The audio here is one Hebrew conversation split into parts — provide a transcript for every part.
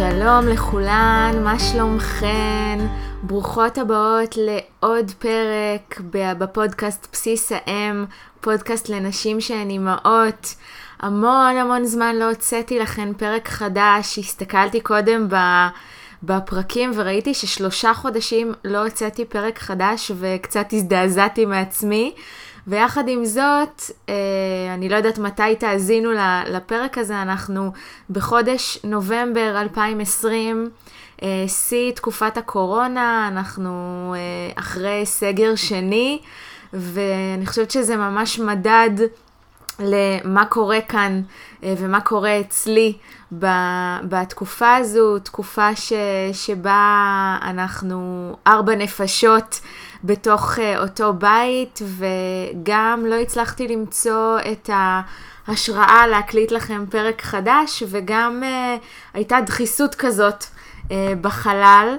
שלום לכולן, מה שלומכן? ברוכות הבאות לעוד פרק בפודקאסט בסיס האם, פודקאסט לנשים שהן אימהות. המון זמן לא הוצאתי לכן פרק חדש, הסתכלתי קודם בפרקים וראיתי ש3 חודשים לא הוצאתי פרק חדש וקצת הזדעזעתי מעצמי. ויחד עם זאת, אני לא יודעת מתי תאזינו לפרק הזה, אנחנו בחודש נובמבר 2020, שיא תקופת הקורונה, אנחנו אחרי סגר שני, ואני חושבת שזה ממש מדד למה קורה כאן ומה קורה אצלי בתקופה הזו, תקופה שבה אנחנו 4 נפשות בתוך אותו בית, וגם לא הצלחתי למצוא את ההשראה להקליט לכם פרק חדש, וגם הייתה דחיסות כזאת בחלל,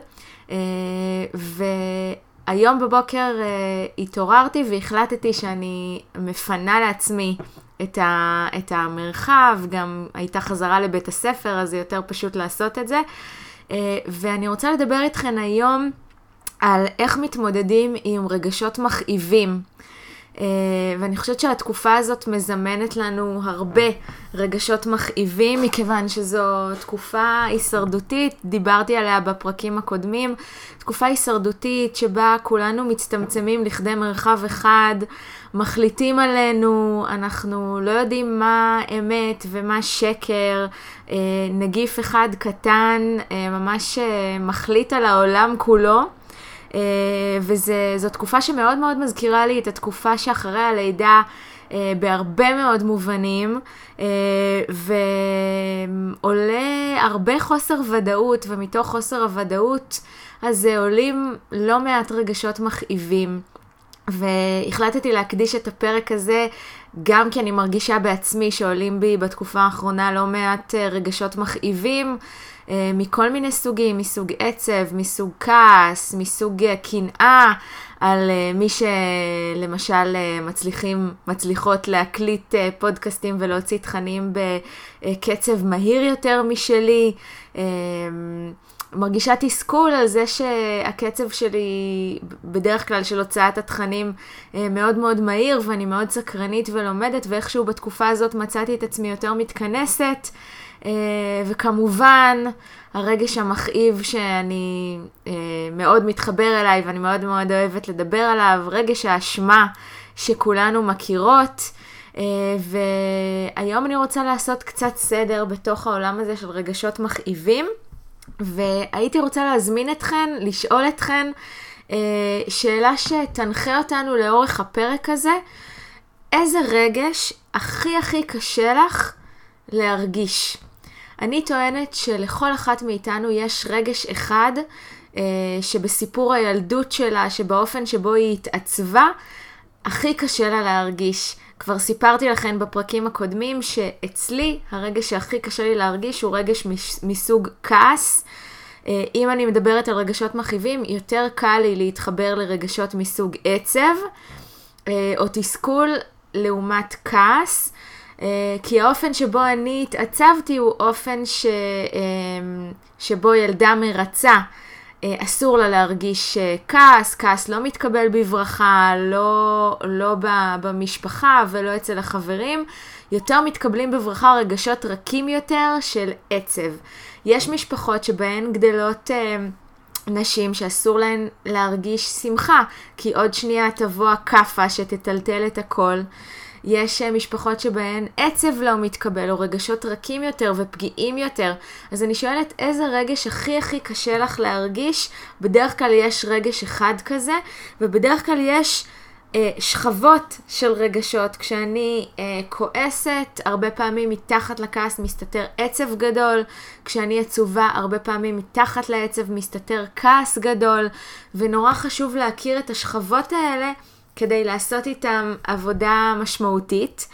והיום בבוקר התעוררתי והחלטתי שאני מפנה לעצמי את המרחב, גם הייתה חזרה לבית הספר, אז זה יותר פשוט לעשות את זה, ואני רוצה לדבר איתכן היום על איך מתמודדים עם רגשות מכאיבים. ואני חושבת שהתקופה הזאת מזמנת לנו הרבה רגשות מכאיבים, מכיוון שזו תקופה הישרדותית, דיברתי עליה בפרקים הקודמים, תקופה הישרדותית שבה כולנו מצטמצמים לכדי מרחב אחד, מחליטים עלינו, אנחנו לא יודעים מה אמת ומה שקר, נגיף אחד קטן ממש מחליט על העולם כולו, וזו תקופה שמאוד מאוד מזכירה לי את התקופה שאחרי הלידה בהרבה מאוד מובנים, ועולה הרבה חוסר ודאות, ומתוך חוסר הוודאות אז עולים לא מעט רגשות מכאיבים. והחלטתי להקדיש את הפרק הזה גם כי אני מרגישה בעצמי שעולים בי בתקופה האחרונה לא מעט רגשות מכאיבים, מכל מיני סוגים, מסוג עצב, מסוג כעס, מסוג קנאה, על מי שלמשל מצליחות להקליט פודקאסטים ולהוציא תכנים בקצב מהיר יותר משלי. מרגישה תסכול על זה שהקצב שלי בדרך כלל של הוצאת התכנים מאוד מאוד מהיר, ואני מאוד סקרנית ולומדת, ואיכשהו בתקופה הזאת מצאתי את עצמי יותר מתכנסת, וכמובן הרגש המכאיב שאני מאוד מתחבר אליי ואני מאוד מאוד אוהבת לדבר עליו, רגש האשמה שכולנו מכירות. והיום אני רוצה לעשות קצת סדר בתוך העולם הזה של רגשות מכאיבים, והייתי רוצה להזמין אתכן, לשאול אתכן שאלה שתנחה אותנו לאורך הפרק הזה: איזה רגש הכי קשה לך להרגיש? אני טוענת שלכל אחת מאיתנו יש רגש אחד שבסיפור הילדות שלה, שבאופן שבו היא התעצבה, הכי קשה לה להרגיש. כבר סיפרתי לכם בפרקים הקודמים שאצלי הרגש שהכי קשה לי להרגיש הוא רגש מסוג כעס. אם אני מדברת על רגשות מכאיבים, יותר קל לי להתחבר לרגשות מסוג עצב או תסכול לעומת כעס, כי האופן שבו אני התעצבתי הוא אופן שבו ילדה מרצה אסור לה להרגיש כעס, כעס לא מתקבל בברכה, לא במשפחה ולא אצל החברים, יותר מתקבלים בברכה רגשות רכים יותר של עצב. יש משפחות שבהן גדלות נשים שאסור להן להרגיש שמחה, כי עוד שנייה תבוא הקפה שתטלטל את הכל. יש משפחות שבהן עצב לא מתקבל, או רגשות רכים יותר ופגיעים יותר. אז אני שואלת, איזה רגש הכי קשה לך להרגיש? בדרך כלל יש רגש אחד כזה, ובדרך כלל יש שכבות של רגשות. כשאני כועסת, הרבה פעמים מתחת לכעס מסתתר עצב גדול. כשאני עצובה, הרבה פעמים מתחת לעצב מסתתר כעס גדול. ונורא חשוב להכיר את השכבות האלה, כדי לעשות איתם עבודה משמעותית.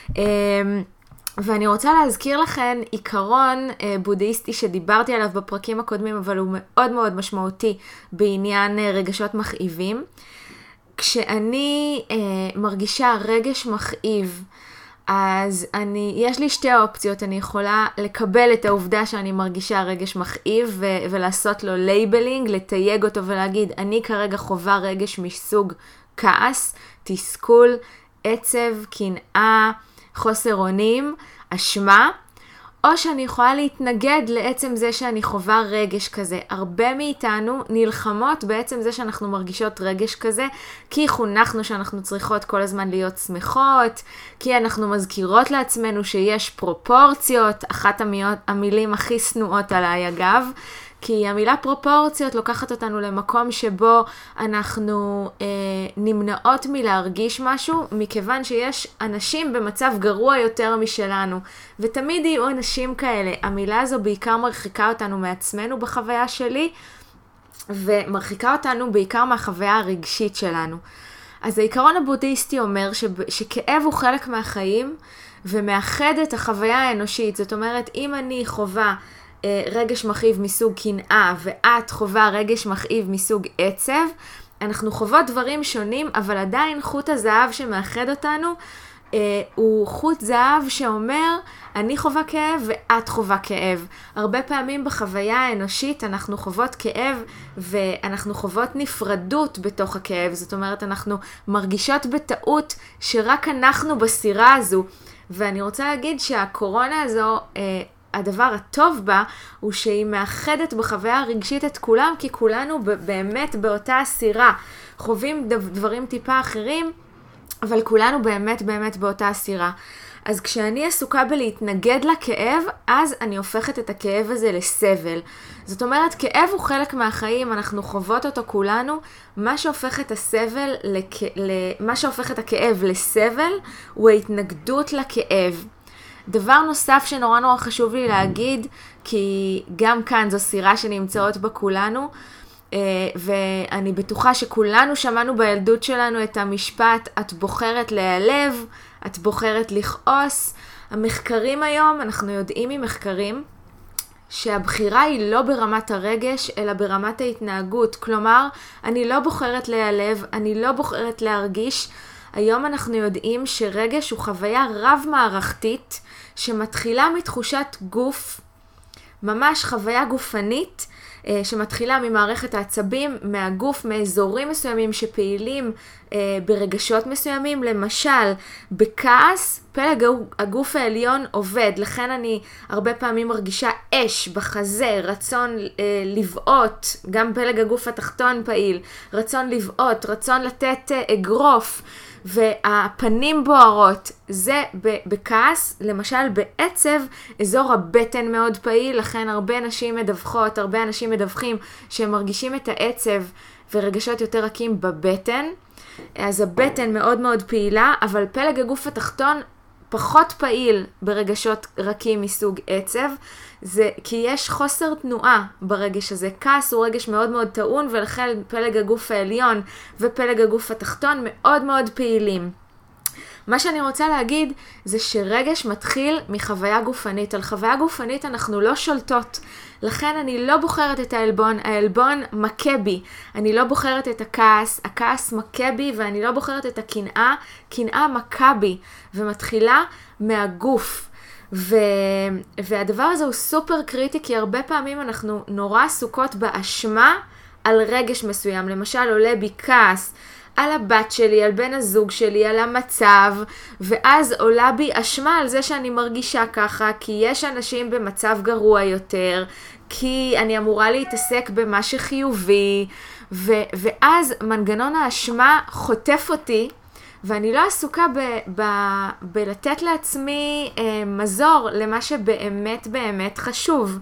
ואני רוצה להזכיר לכם עיקרון בודהיסטי שדיברתי עליו בפרקים הקודמים, אבל הוא מאוד מאוד משמעותי בעניין רגשות מכאיבים. כשאני מרגישה רגש מכאיב אז יש לי שתי אופציות, אני יכולה לקבל את העובדה שאני מרגישה רגש מכאיב ולעשות לו לייבלינג, לתייג אותו ולהגיד, אני כרגע חובה רגש מסוג כעס, תסכול, עצב, קנאה, חוסר אונים, אשמה, או שאני יכולה להתנגד לעצם זה שאני חובה רגש כזה. הרבה מאיתנו נלחמות בעצם זה שאנחנו מרגישות רגש כזה, כי חונכנו שאנחנו צריכות כל הזמן להיות שמחות, כי אנחנו מזכירות לעצמנו שיש פרופורציות, אחת המילים הכי שנואות עליי אגב, כי המילה פרופורציות לוקחת אותנו למקום שבו אנחנו נמנעות מלהרגיש משהו, מכיוון שיש אנשים במצב גרוע יותר משלנו, ותמיד יהיו אנשים כאלה. המילה הזו בעיקר מרחיקה אותנו מעצמנו בחוויה שלי, ומרחיקה אותנו בעיקר מהחוויה הרגשית שלנו. אז העיקרון הבודהיסטי אומר שכאב הוא חלק מהחיים, ומאחד את החוויה האנושית. זאת אומרת, אם אני חובה רגש מכאיב מסוג קנאה, ואת חובה רגש מכאיב מסוג עצב, אנחנו חוות דברים שונים, אבל עדיין חוט הזהב שמאחד אותנו, הוא חוט זהב שאומר, אני חובה כאב ואת חובה כאב. הרבה פעמים בחוויה האנושית אנחנו חוות כאב, ואנחנו חוות נפרדות בתוך הכאב. זאת אומרת, אנחנו מרגישות בטעות שרק אנחנו בסירה הזו. ואני רוצה להגיד שהקורונה הזו, הדבר הטוב בה הוא שהיא מאחדת בחוויה הרגשית את כולם, כי כולנו באמת באותה הסירה, חווים דברים טיפה אחרים, אבל כולנו באמת באותה הסירה. אז כשאני עסוקה בלהתנגד לכאב, אז אני הופכת את הכאב הזה לסבל. זאת אומרת, כאב הוא חלק מהחיים, אנחנו חוות אותו כולנו. מה שהופך את הכאב לסבל הוא ההתנגדות לכאב. דבר נוסף שנורא חשוב לי להגיד, כי גם כאן זו סירה שנמצאות בה כולנו, ואני בטוחה שכולנו שמענו בילדות שלנו את המשפט, את בוחרת להיעלב, את בוחרת לכעוס. המחקרים היום, אנחנו יודעים ממחקרים, שהבחירה היא לא ברמת הרגש, אלא ברמת ההתנהגות. כלומר, אני לא בוחרת להיעלב, אני לא בוחרת להרגיש. היום אנחנו יודעים שרגש הוא חוויה רב-מערכתית, שמתחילה מתחושת גוף, ממש חוויה גופנית, שמתחילה ממערכת העצבים, מהגוף, מאזורים מסוימים שפעילים ברגשות מסוימים. למשל, בכעס, פלג הגוף העליון עובד, לכן אני הרבה פעמים מרגישה אש בחזה, רצון לבעוט, גם פלג הגוף התחתון פעיל, רצון לבעוט, רצון לתת אגרוף, והפנים בוערות. זה בכעס. למשל בעצב, אזור הבטן מאוד פעיל, לכן הרבה אנשים מדווחים שהם מרגישים את העצב ורגשות יותר רכים בבטן. אז הבטן מאוד פעילה, אבל פלג הגוף התחתון פחות פעיל ברגשות רכים מסוג עצב. זה כי יש חוסר תנועה ברגש הזה. כעס הוא רגש מאוד טעון, ולכן פלג הגוף העליון ופלג הגוף התחתון מאוד פעילים. מה שאני רוצה להגיד זה שרגש מתחיל מחוויה גופנית. על חוויה גופנית אנחנו לא שולטות. לכן אני לא בוחרת את העלבון, העלבון מכה בי. אני לא בוחרת את הכעס, הכעס מכה בי, ואני לא בוחרת את הקנאה, קנאה מכה בי, ומתחילה מהגוף. והדבר הזה הוא סופר קריטי, כי הרבה פעמים אנחנו נורא עסוקות באשמה על רגש מסוים. למשל, עולה בי כעס על הבת שלי, על בן הזוג שלי, על המצב, ואז עולה בי אשמה על זה שאני מרגישה ככה, כי יש אנשים במצב גרוע יותר, כי אני אמורה להתעסק במה שחיובי, ואז מנגנון האשמה חוטף אותי, ואני לא עסוקה בלתת לעצמי מזור למה שבאמת חשוב.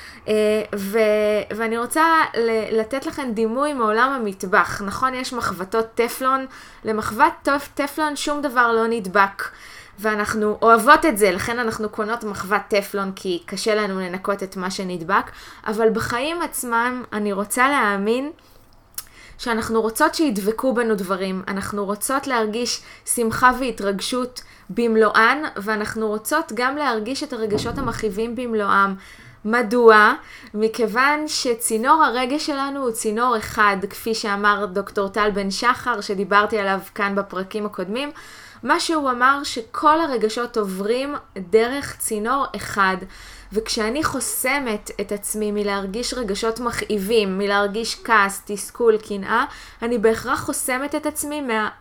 ואני רוצה לתת לכם דימוי מעולם המטבח. נכון, יש מחבטות טפלון. למחבת טפלון שום דבר לא נדבק, ואנחנו אוהבות את זה, לכן אנחנו קונות מחבת טפלון, כי קשה לנו לנקות את מה שנדבק. אבל בחיים עצמם אני רוצה להאמין שאנחנו רוצות שידבקו בנו דברים, אנחנו רוצות להרגיש שמחה והתרגשות במלואן, ואנחנו רוצות גם להרגיש את הרגשות המכאיבים במלואם. מדוע? מכיוון שצינור הרגש שלנו הוא צינור אחד, כפי שאמר דוקטור טל בן שחר, שדיברתי עליו כאן בפרקים הקודמים. מה שהוא אמר שכל הרגשות עוברים דרך צינור אחד, וכשאני חוסמת את עצמי מלהרגיש רגשות מכאיבים, מלהרגיש כעס, תסכול, קנאה, אני בהכרח חוסמת את עצמי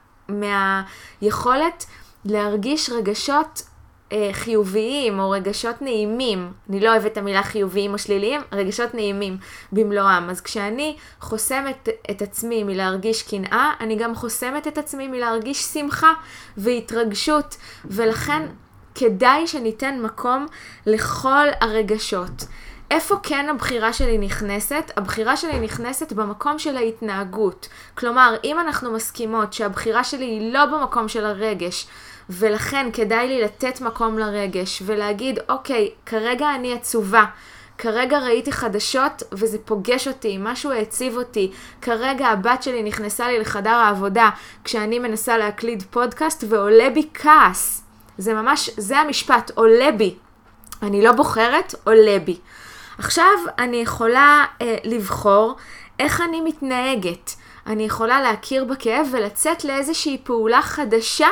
מהיכולת להרגיש רגשות חיוביים או רגשות נעימים. אני לא אוהבת את המילה חיוביים או שליליים, רגשות נעימים במלואם. אז כשאני חוסמת את עצמי מלהרגיש קנאה, אני גם חוסמת את עצמי מלהרגיש שמחה והתרגשות, ולכן כדאי שניתן מקום לכל הרגשות. איפה כן הבחירה שלי נכנסת? הבחירה שלי נכנסת במקום של ההתנהגות. כלומר, אם אנחנו מסכימות שהבחירה שלי היא לא במקום של הרגש, ולכן כדאי לי לתת מקום לרגש ולהגיד, אוקיי, כרגע אני עצובה, כרגע ראיתי חדשות וזה פוגש אותי, משהו העציב אותי, כרגע הבת שלי נכנסה לי לחדר העבודה כשאני מנסה להקליד פודקאסט ועולה בי כעס. זה ממש, זה המשפט, עולה בי. אני לא בוחרת, עולה בי. עכשיו אני יכולה לבחור איך אני מתנהגת. אני יכולה להכיר בכאב ולצאת לאיזושהי פעולה חדשה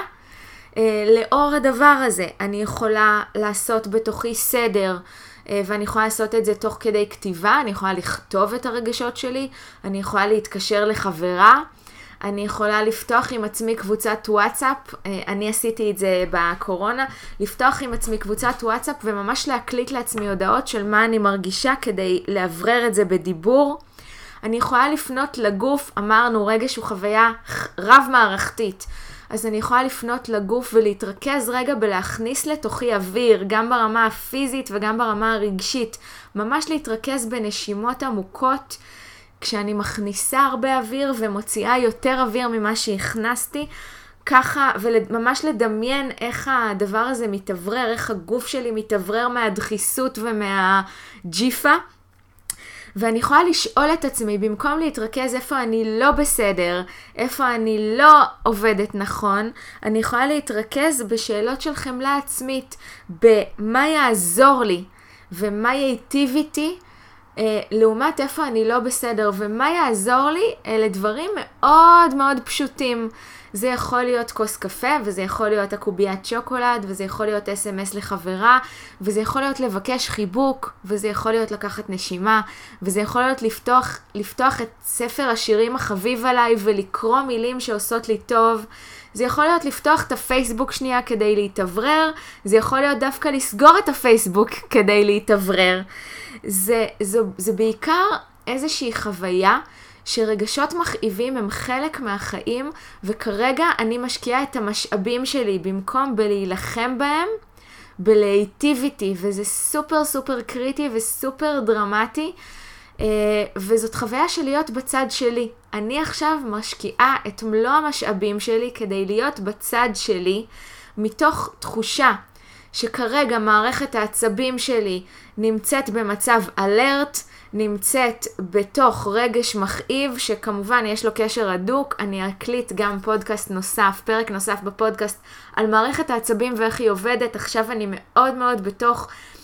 לאור הדבר הזה. אני יכולה לעשות בתוכי סדר, ואני יכולה לעשות את זה תוך כדי כתיבה, אני יכולה לכתוב את הרגשות שלי, אני יכולה להתקשר לחברה, אני יכולה לפתוח עם עצמי קבוצת וואטסאפ, אני עשיתי את זה בקורונה, לפתוח עם עצמי קבוצת וואטסאפ וממש להקליט לעצמי הודעות של מה אני מרגישה כדי לעברר את זה בדיבור. אני יכולה לפנות לגוף, אמרנו רגש הוא חוויה רב מערכתית, אז אני יכולה לפנות לגוף ולהתרכז רגע בלהכניס לתוכי אוויר, גם ברמה הפיזית וגם ברמה הרגשית. ממש להתרכז בנשימות עמוקות, כשאני מכניסה הרבה אוויר ומוציאה יותר אוויר ממה שהכנסתי, ככה, וממש לדמיין איך הדבר הזה מתעברר, איך הגוף שלי מתעברר מהדחיסות ומהג'יפה. ואני יכולה לשאול את עצמי, במקום להתרכז איפה אני לא בסדר, איפה אני לא עובדת נכון, אני יכולה להתרכז בשאלות של חמלה עצמית, במה יעזור לי ומה ייטיב איתי, לעומת איפה אני לא בסדר ומה יעזור לי, אלה דברים מאוד מאוד פשוטים. זה יכול להיות כוס קפה, וזה יכול להיות הקוביית שוקולד, וזה יכול להיות SMS לחברה, וזה יכול להיות לבקש חיבוק, וזה יכול להיות לקחת נשימה, וזה יכול להיות לפתוח את ספר השירים החביב עליי ולקרוא מילים שעושות לי טוב. זה יכול להיות לפתוח את הפייסבוק שנייה כדי להתאוורר, זה יכול להיות דווקא לסגור את הפייסבוק כדי להתאוורר. זה בעיקר איזושהי חוויה שרגשות מכאיבים הם חלק מהחיים, וכרגע אני משקיעה את המשאבים שלי במקום בלהילחם בהם, בלהיטיב איתי, וזה סופר סופר קריטי וסופר דרמטי, וזאת חוויה של להיות בצד שלי. אני עכשיו משקיעה את מלוא המשאבים שלי כדי להיות בצד שלי, מתוך תחושה שכרגע מערכת העצבים שלי נמצאת במצב אלרט, נמצאת בתוך רגש מכאיב, שכמובן יש לו קשר הדוק. אני אקליט גם פודקאסט נוסף, פרק נוסף בפודקאסט על מערכת העצבים ואיך היא עובדת. עכשיו אני מאוד מאוד בתוך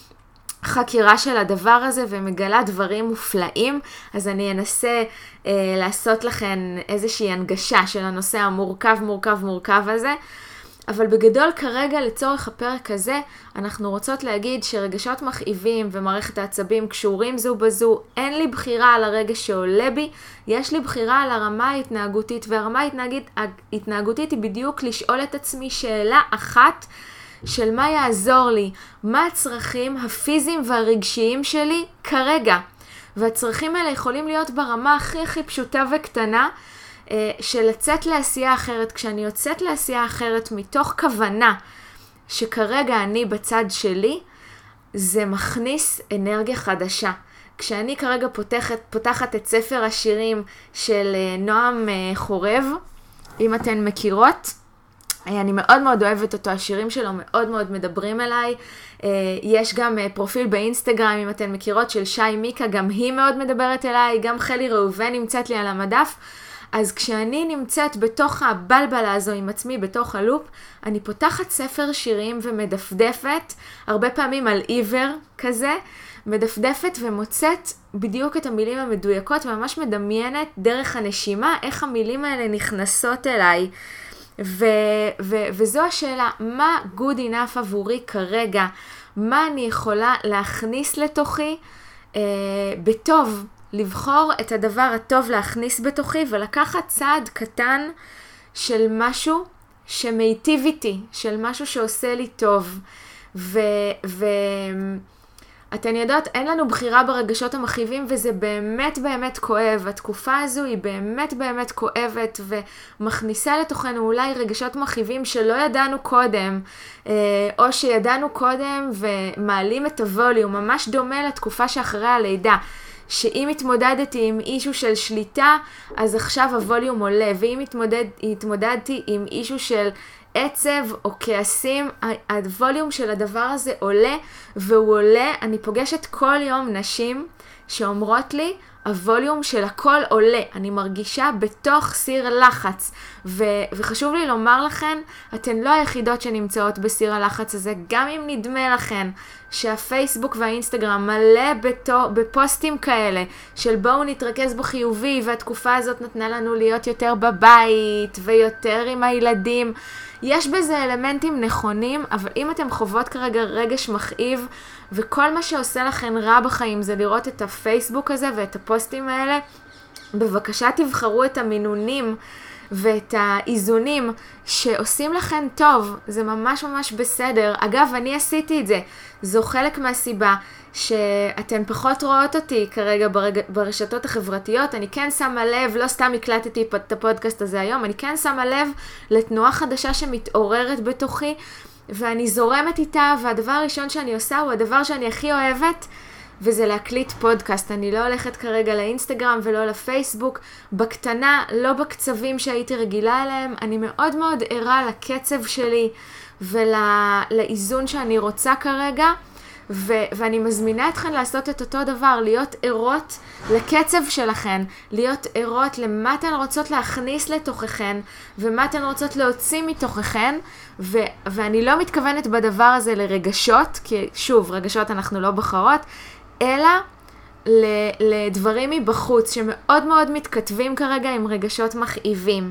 חקירה של הדבר הזה ומגלה דברים מופלאים, אז אני אנסה לעשות לכם איזושהי הנגשה של הנושא המורכב הזה. אבל בגדול כרגע לצורך הפרק הזה אנחנו רוצות להגיד שרגשות מכאיבים ומערכת העצבים קשורים זו בזו. אין לי בחירה על הרגש שעולה בי, יש לי בחירה על הרמה ההתנהגותית, והרמה ההתנהגותית היא בדיוק לשאול את עצמי שאלה אחת של מה יעזור לי, מה הצרכים הפיזיים והרגשיים שלי כרגע. והצרכים האלה יכולים להיות ברמה הכי פשוטה וקטנה, של לצאת לעשייה אחרת. כשאני יוצאת לעשייה אחרת מתוך כוונה שכרגע אני בצד שלי, זה מכניס אנרגיה חדשה. כשאני כרגע פותחת את ספר השירים של נועם חורב, אם אתן מכירות, אני מאוד מאוד אוהבת אותו, השירים שלו מאוד מאוד מדברים אליי. יש גם פרופיל באינסטגרם, אם אתן מכירות, של שי מיקה, גם היא מאוד מדברת אליי, גם חלי ראובן נמצאת לי על המדף. אז כשאני נמצאת בתוך הבלבלה הזו עם עצמי, בתוך הלופ, אני פותחת ספר שירים ומדפדפת, הרבה פעמים על עיוור כזה, מדפדפת ומוצאת בדיוק את המילים המדויקות, וממש מדמיינת דרך הנשימה איך המילים האלה נכנסות אליי. וזו השאלה, מה good enough עבורי כרגע? מה אני יכולה להכניס לתוכי בטוב? לבחור את הדבר הטוב להכניס בתוכי ולקחת צעד קטן של משהו שמיטיב איתי, של משהו שעושה לי טוב. אתן יודעות, אין לנו בחירה ברגשות המכאיבים, וזה באמת באמת כואב. התקופה הזו היא באמת באמת כואבת, ומכניסה לתוכנו אולי רגשות מכאיבים שלא ידענו קודם, או שידענו קודם ומעלים את הווליום, ממש דומה לתקופה שאחרי הלידה. שאם התמודדתי עם אישו של שליטה, אז עכשיו הווליום עולה, ואם התמודדתי עם אישו של עצב או כעסים, הווליום של הדבר הזה עולה, והוא עולה. אני פוגשת כל יום נשים שאומרות לי, הווליום של הכל עולה, אני מרגישה בתוך סיר לחץ, וחשוב לי לומר לכן, אתן לא היחידות שנמצאות בסיר הלחץ הזה, גם אם נדמה לכן שהפייסבוק והאינסטגרם מלא בפוסטים כאלה, של בואו נתרכז בחיובי, והתקופה הזאת נתנה לנו להיות יותר בבית, ויותר עם הילדים, יש בזה אלמנטים נכונים, אבל אם אתם חוות כרגע רגש מכאיב, וכל מה שעושה לכם רע בחיים זה לראות את הפייסבוק הזה ואת הפוסטים האלה, בבקשה תבחרו את המינונים ואת האיזונים שעושים לכם טוב, זה ממש ממש בסדר. אגב, אני עשיתי את זה, זו חלק מהסיבה שאתן פחות רואות אותי כרגע ברשתות החברתיות. אני כן שמה לב, לא סתם הקלטתי את הפודקאסט הזה היום, אני כן שמה לב לתנועה חדשה שמתעוררת בתוכי, ואני זורמת איתה, והדבר הראשון שאני עושה הוא הדבר שאני הכי אוהבת, וזה להקליט פודקאסט. אני לא הולכת כרגע לאינסטגרם ולא לפייסבוק, בקטנה, לא בקצבים שהייתי רגילה אליהם. אני מאוד מאוד ערה לקצב שלי ולאיזון שאני רוצה כרגע, ואני מזמינה אתכן לעשות את אותו דבר, להיות ערות לקצב שלכן, להיות ערות למה אתן רוצות להכניס לתוככן, ומה אתן רוצות להוציא מתוככן, ואני לא מתכוונת בדבר הזה לרגשות, כי שוב, רגשות אנחנו לא בחרות, אלא לדברים מבחוץ, שמאוד מאוד מתכתבים כרגע עם רגשות מכאיבים.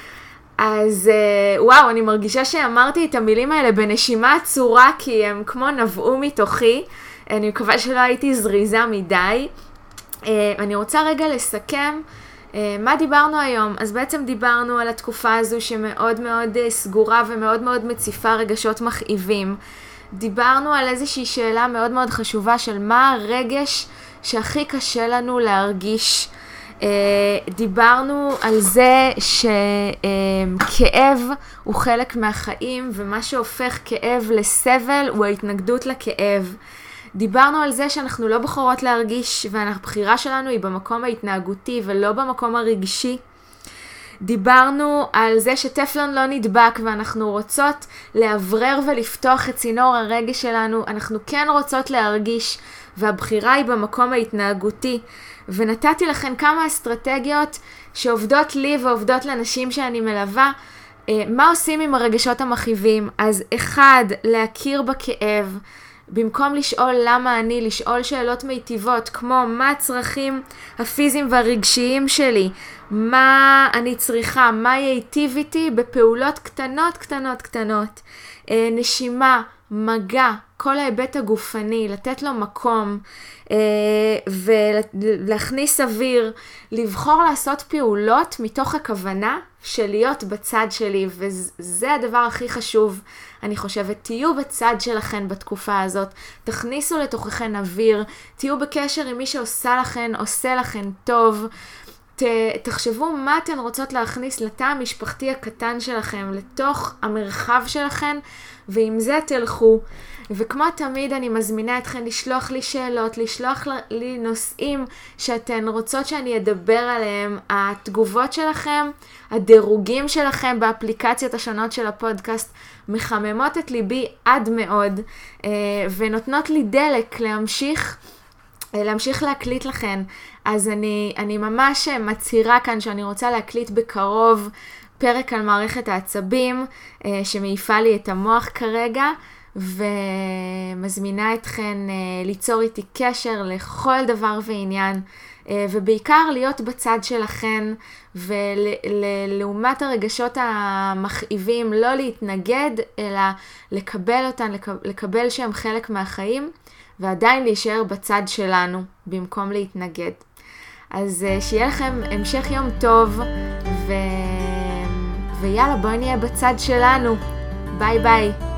אז וואו, אני מרגישה שאמרתי את המילים האלה בנשימה עצורה, כי הם כמו נבעו מתוכי. אני מקווה שלא הייתי זריזה מדי. אני רוצה רגע לסכם מה דיברנו היום. אז בעצם דיברנו על התקופה הזו שמאוד מאוד סגורה ומאוד מאוד מציפה רגשות מכאיבים. דיברנו על איזושהי שאלה מאוד מאוד חשובה של מה הרגש שהכי קשה לנו להרגיש. דיברנו על זה שכאב הוא חלק מהחיים, ומה שהופך כאב לסבל הוא ההתנגדות לכאב. דיברנו על זה שאנחנו לא בוחרות להרגיש, והבחירה שלנו היא במקום ההתנהגותי ולא במקום הרגשי. דיברנו על זה שטפלון לא נדבק, ואנחנו רוצות לעברר ולפתוח את צינור הרגש שלנו. אנחנו כן רוצות להרגיש, והבחירה היא במקום ההתנהגותי. ונתתי לכם כמה אסטרטגיות שעובדות לי ועובדות לנשים שאני מלווה. מה עושים עם הרגשות המכאיבים? אז אחד, להכיר בכאב. במקום לשאול למה אני, לשאול שאלות מיטיבות, כמו מה הצרכים הפיזיים והרגשיים שלי, מה אני צריכה, מה ייטיב איתי בפעולות קטנות קטנות קטנות. נשימה, מגע, כל ההיבט הגופני, לתת לו מקום ולהכניס אוויר, לבחור לעשות פעולות מתוך הכוונה של להיות בצד שלי, וזה הדבר הכי חשוב. אני חושבת, תהיו בצד שלכן בתקופה הזאת, תכניסו לתוככן אוויר, תהיו בקשר עם מי שעושה לכן, עושה לכן טוב, תחשבו מה אתן רוצות להכניס לתא המשפחתי הקטן שלכם, לתוך המרחב שלכן, ועם זה תלכו. וכמו תמיד אני מזמינה אתכן לשלוח לי שאלות, לשלוח לי נושאים שאתן רוצות שאני אדבר עליהם, התגובות שלכם, הדירוגים שלכם באפליקציות השונות של הפודקאסט, מחממות את ליבי עד מאוד, ונותנות לי דלק להמשיך להקליט לכן. אז אני ממש מצהירה כאן שאני רוצה להקליט בקרוב פרק על מערכת העצבים, שמעיפה לי את המוח כרגע, ומזמינה אתכן ליצור איתי קשר לכל דבר ועניין, ובעיקר להיות בצד שלכן, ולעומת הרגשות המכאיבים לא להתנגד, אלא לקבל אותן, לקבל שהם חלק מהחיים, ועדיין להישאר בצד שלנו במקום להתנגד. אז שיהיה לכם המשך יום טוב, ויאללה, בואי נהיה בצד שלנו. ביי ביי.